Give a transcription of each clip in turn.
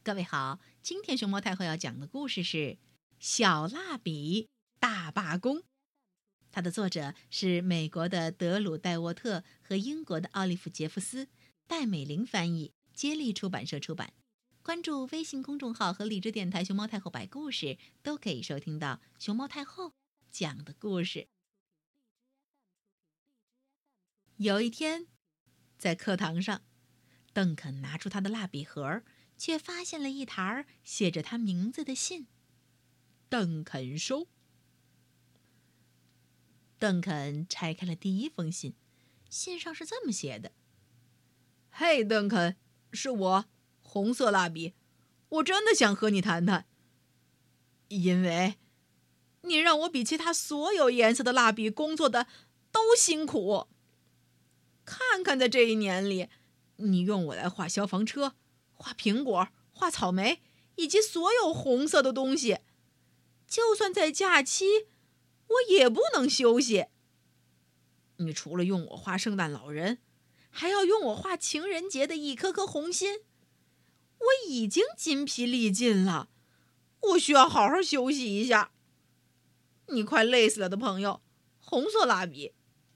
各位好，今天熊猫太后要讲的故事是《小蜡笔大罢工》，它的作者是美国的德鲁·戴沃特和英国的奥利弗·杰夫斯，戴美玲翻译，接力出版社出版。关注微信公众号和荔枝电台熊猫太后摆故事，都可以收听到熊猫太后讲的故事。有一天，在课堂上，邓肯拿出他的蜡笔盒，却发现了一沓写着他名字的信。邓肯收。邓肯拆开了第一封信，信上是这么写的：嘿，邓肯，是我，红色蜡笔，我真的想和你谈谈，因为你让我比其他所有颜色的蜡笔工作的都辛苦。看看在这一年里，你用我来画消防车，画苹果，画草莓，以及所有红色的东西。就算在假期，我也不能休息。你除了用我画圣诞老人，还要用我画情人节的一颗颗红心。我已经筋疲力尽了，我需要好好休息一下。你快累死了的朋友，红色蜡笔。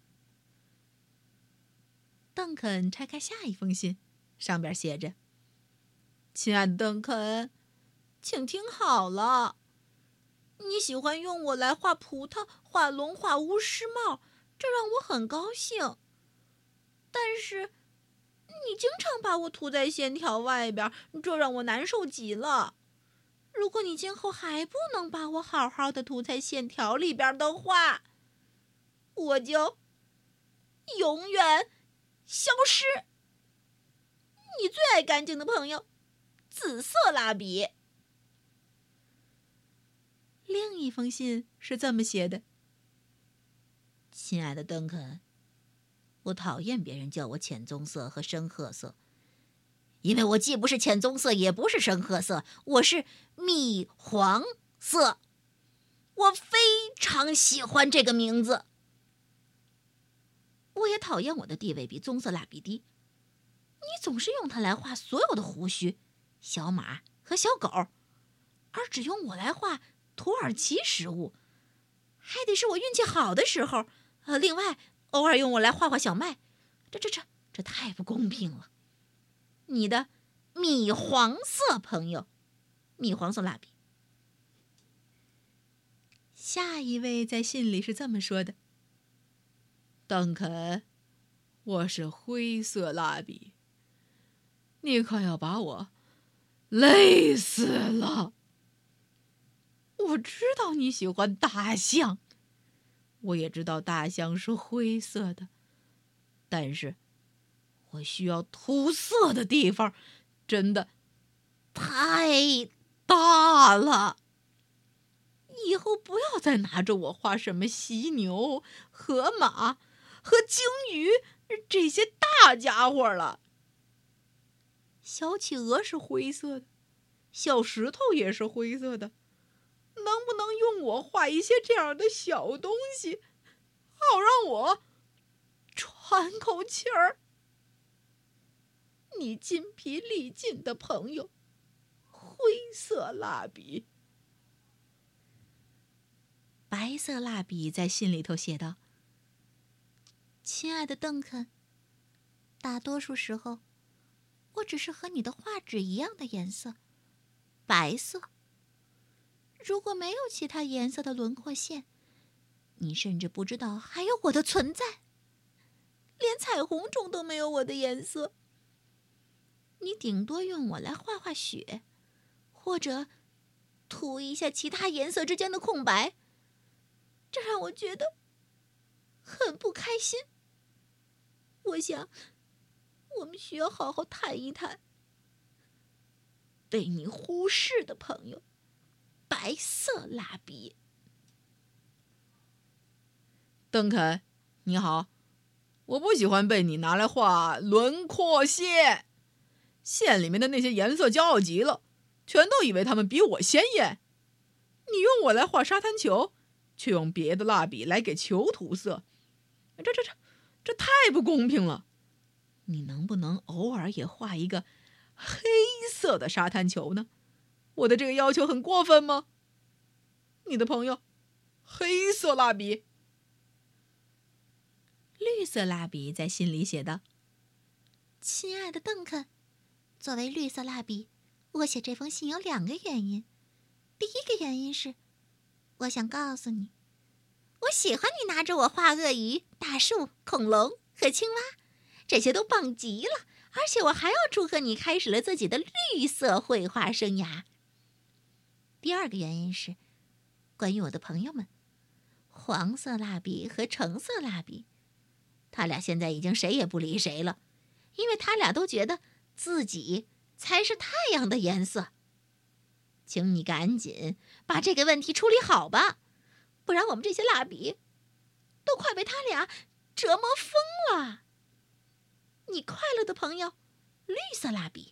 邓肯拆开下一封信，上边写着：亲爱的邓肯，请听好了，你喜欢用我来画葡萄、画龙、画巫师帽，这让我很高兴。但是你经常把我涂在线条外边，这让我难受极了。如果你今后还不能把我好好的涂在线条里边的话，我就永远消失。你最爱干净的朋友，紫色蜡笔。另一封信是这么写的：亲爱的邓肯，我讨厌别人叫我浅棕色和深褐色，因为我既不是浅棕色，也不是深褐色，我是蜜黄色。我非常喜欢这个名字。我也讨厌我的地位比棕色蜡笔低。你总是用它来画所有的胡须、小马和小狗，而只用我来画土耳其食物，还得是我运气好的时候。另外，偶尔用我来画画小麦，这太不公平了。你的米黄色朋友，米黄色蜡笔。下一位在信里是这么说的：邓肯，我是灰色蜡笔，你快要把我累死了。我知道你喜欢大象，我也知道大象是灰色的，但是我需要涂色的地方真的太大了。以后不要再拿着我画什么犀牛、河马和鲸鱼这些大家伙了。小企鹅是灰色的，小石头也是灰色的，能不能用我画一些这样的小东西，好让我喘口气儿？你筋疲力尽的朋友，灰色蜡笔。白色蜡笔在信里头写道：亲爱的邓肯，大多数时候，我只是和你的画纸一样的颜色，白色。如果没有其他颜色的轮廓线，你甚至不知道还有我的存在，连彩虹中都没有我的颜色。你顶多用我来画画雪，或者涂一下其他颜色之间的空白，这让我觉得很不开心。我想，我们需要好好谈一谈。被你忽视的朋友，白色蜡笔。邓肯，你好，我不喜欢被你拿来画轮廓线。线里面的那些颜色骄傲极了，全都以为它们比我鲜艳。你用我来画沙滩球，却用别的蜡笔来给球涂色，这太不公平了。你能不能偶尔也画一个黑色色的沙滩球呢？我的这个要求很过分吗？你的朋友，黑色蜡笔。绿色蜡笔在信里写道： 亲爱的邓肯，作为绿色蜡笔，我写这封信有2个原因。第一个原因是，我想告诉你，我喜欢你拿着我画鳄鱼、大树、恐龙和青蛙，这些都棒极了。而且我还要祝贺你开始了自己的绿色绘画生涯。第二个原因是，关于我的朋友们，黄色蜡笔和橙色蜡笔，他俩现在已经谁也不理谁了，因为他俩都觉得自己才是太阳的颜色。请你赶紧把这个问题处理好吧，不然我们这些蜡笔都快被他俩折磨疯了。你快乐的朋友，绿色蜡笔。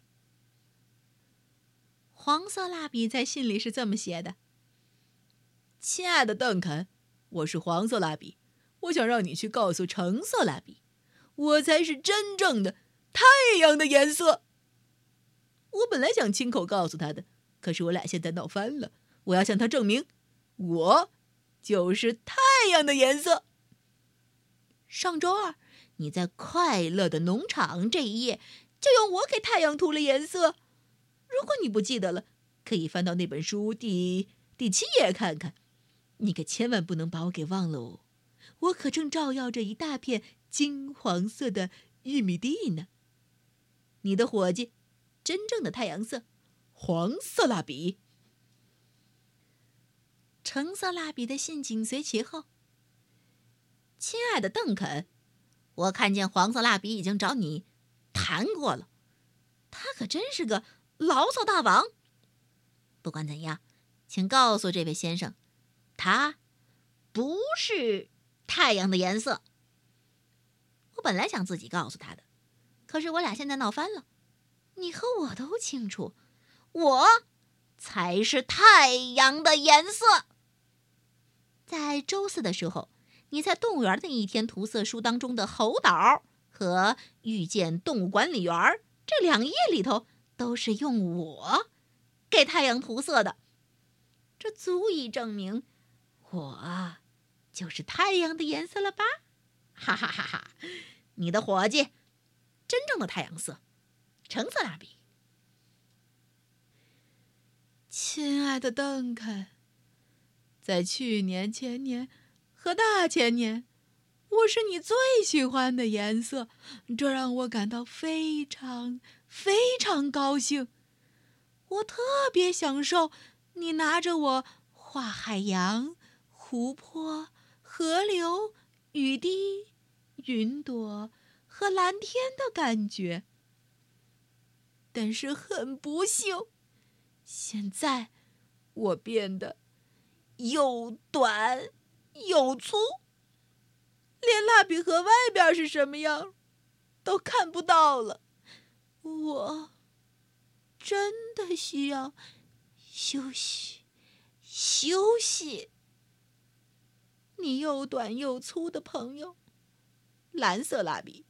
黄色蜡笔在信里是这么写的：亲爱的邓肯，我是黄色蜡笔，我想让你去告诉橙色蜡笔，我才是真正的太阳的颜色。我本来想亲口告诉他的，可是我俩现在闹翻了，我要向他证明，我就是太阳的颜色。上周二，你在快乐的农场这一页就用我给太阳涂了颜色。如果你不记得了，可以翻到那本书第7页看看。你可千万不能把我给忘了哦，我可正照耀着一大片金黄色的玉米地呢。你的伙计，真正的太阳色，黄色蜡笔。橙色蜡笔的信紧随其后。亲爱的邓肯，我看见黄色蜡笔已经找你谈过了，他可真是个牢骚大王。不管怎样，请告诉这位先生，他不是太阳的颜色。我本来想自己告诉他的，可是我俩现在闹翻了。你和我都清楚，我才是太阳的颜色。在周4的时候，你在动物园那一天涂色书当中的猴岛和遇见动物管理员这2页里头，都是用我给太阳涂色的。这足以证明我就是太阳的颜色了吧？哈哈哈哈！你的伙计，真正的太阳色，橙色蜡笔。亲爱的邓肯，在去年、前年和大前年，我是你最喜欢的颜色，这让我感到非常非常高兴。我特别享受你拿着我画海洋、湖泊、河流、雨滴、云朵和蓝天的感觉。但是很不幸，现在我变得又短又粗，连蜡笔盒外边是什么样都看不到了。我真的需要休息休息。你又短又粗的朋友，蓝色蜡笔。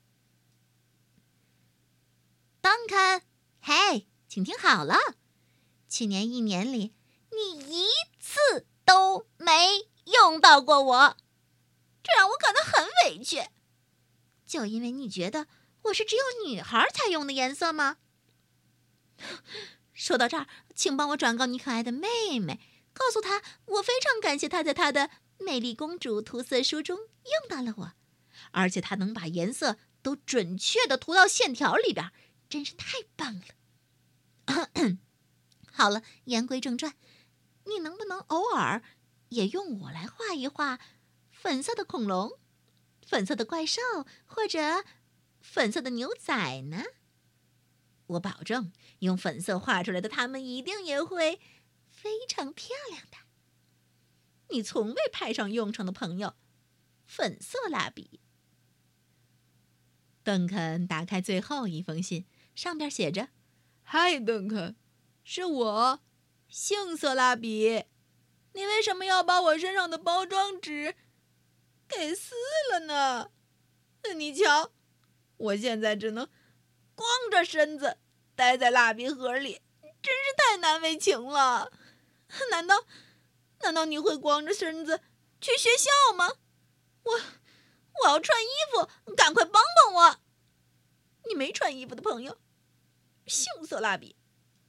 邓肯，嘿，请听好了，去年1年里，你一次都没用到过我，这让我感到很委屈。就因为你觉得我是只有女孩才用的颜色吗？说到这儿，请帮我转告你可爱的妹妹，告诉她我非常感谢她在她的美丽公主涂色书中用到了我，而且她能把颜色都准确地涂到线条里边，真是太棒了。好了，言归正传，你能不能偶尔也用我来画一画粉色的恐龙、粉色的怪兽或者粉色的牛仔呢？我保证，用粉色画出来的它们一定也会非常漂亮的。你从未派上用场的朋友，粉色蜡笔。 邓肯打开最后一封信，上边写着：嗨，邓肯，是我，杏色蜡笔。你为什么要把我身上的包装纸给撕了呢？你瞧，我现在只能光着身子待在蜡笔盒里， 真是太难为情了。难道你会光着身子去学校吗？我要穿衣服，赶快帮帮我！你没穿衣服的朋友，姓色拉比。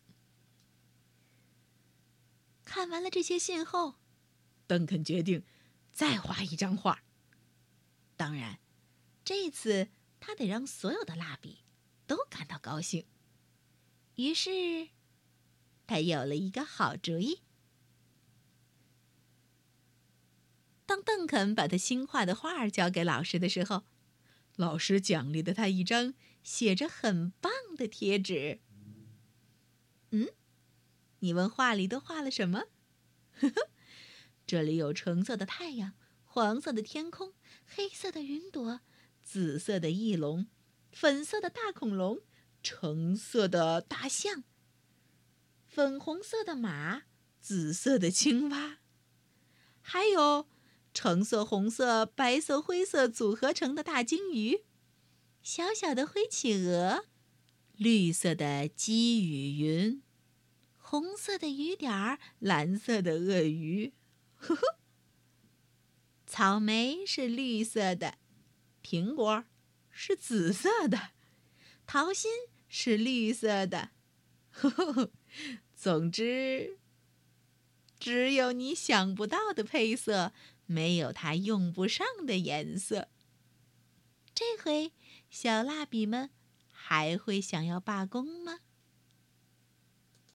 看完了这些信后，邓肯决定再画一张画。当然，这次他得让所有的蜡笔都感到高兴。于是，他有了一个好主意。当邓肯把他新画的画交给老师的时候，老师奖励了他一张写着很棒的贴纸。你问画里都画了什么？这里有橙色的太阳，黄色的天空，黑色的云朵，紫色的翼龙，粉色的大恐龙，橙色的大象，粉红色的马，紫色的青蛙，还有橙色、红色、白色、灰色组合成的大鲸鱼，小小的灰企鹅，绿色的积雨云，红色的雨点儿，蓝色的鳄鱼。草莓是绿色的，苹果是紫色的，桃心是绿色的。总之，只有你想不到的配色，没有它用不上的颜色。这回，小蜡笔们还会想要罢工吗？